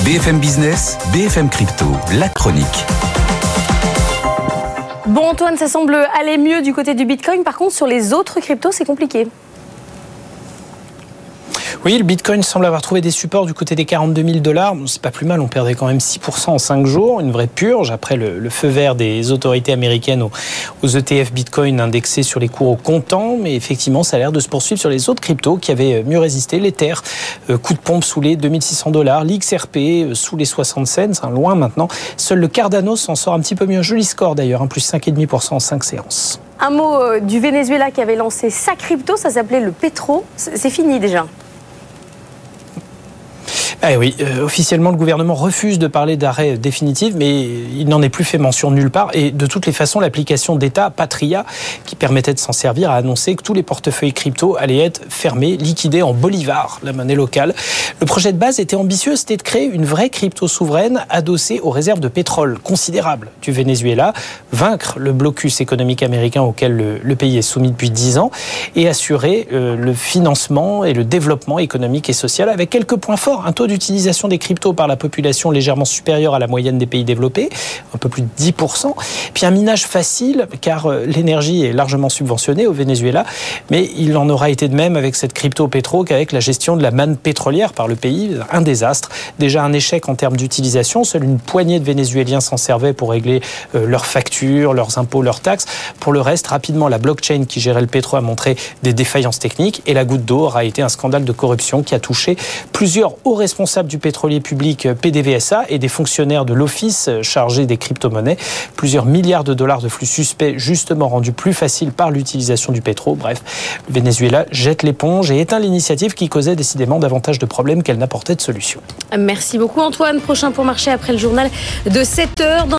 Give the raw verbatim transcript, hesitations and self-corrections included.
B F M Business, B F M Crypto, la chronique. Bon Antoine, ça semble aller mieux du côté du Bitcoin. Par contre, sur les autres cryptos, c'est compliqué. Oui, le Bitcoin semble avoir trouvé des supports du côté des quarante-deux mille dollars. Bon, c'est pas plus mal, on perdait quand même six pour cent en cinq jours. Une vraie purge après le, le feu vert des autorités américaines aux, aux E T F Bitcoin indexés sur les cours au comptant. Mais effectivement, ça a l'air de se poursuivre sur les autres cryptos qui avaient mieux résisté. L'Ether, euh, coup de pompe sous les deux mille six cents dollars. L'X R P euh, sous les soixante cents, hein, loin maintenant. Seul le Cardano s'en sort un petit peu mieux. Un joli score d'ailleurs, hein, plus cinq virgule cinq pour cent en cinq séances. Un mot euh, du Venezuela qui avait lancé sa crypto, ça s'appelait le Petro. C'est, c'est fini déjà. Eh oui, euh, officiellement, le gouvernement refuse de parler d'arrêt définitif, mais il n'en est plus fait mention nulle part. Et de toutes les façons, l'application d'État Patria, qui permettait de s'en servir, a annoncé que tous les portefeuilles crypto allaient être fermés, liquidés en bolivars, la monnaie locale. Le projet de base était ambitieux, c'était de créer une vraie crypto souveraine adossée aux réserves de pétrole considérables du Venezuela, vaincre le blocus économique américain auquel le, le pays est soumis depuis dix ans et assurer euh, le financement et le développement économique et social avec quelques points forts. Un taux d'utilisation des cryptos par la population légèrement supérieure à la moyenne des pays développés, un peu plus de dix pour cent. Puis un minage facile, car l'énergie est largement subventionnée au Venezuela, mais il en aura été de même avec cette crypto-pétro qu'avec la gestion de la manne pétrolière par le pays. Un désastre, déjà un échec en termes d'utilisation. Seule une poignée de Vénézuéliens s'en servaient pour régler euh, leurs factures, leurs impôts, leurs taxes. Pour le reste, rapidement, la blockchain qui gérait le pétro a montré des défaillances techniques et la goutte d'eau aura été un scandale de corruption qui a touché plusieurs hauts responsables du pétrolier public P D V S A et des fonctionnaires de l'office chargé des crypto-monnaies. Plusieurs milliards de dollars de flux suspects justement rendus plus faciles par l'utilisation du pétro. Bref, le Venezuela jette l'éponge et éteint l'initiative qui causait décidément davantage de problèmes qu'elle n'apportait de solutions. Merci beaucoup Antoine. Prochain point marché après le journal de sept heures.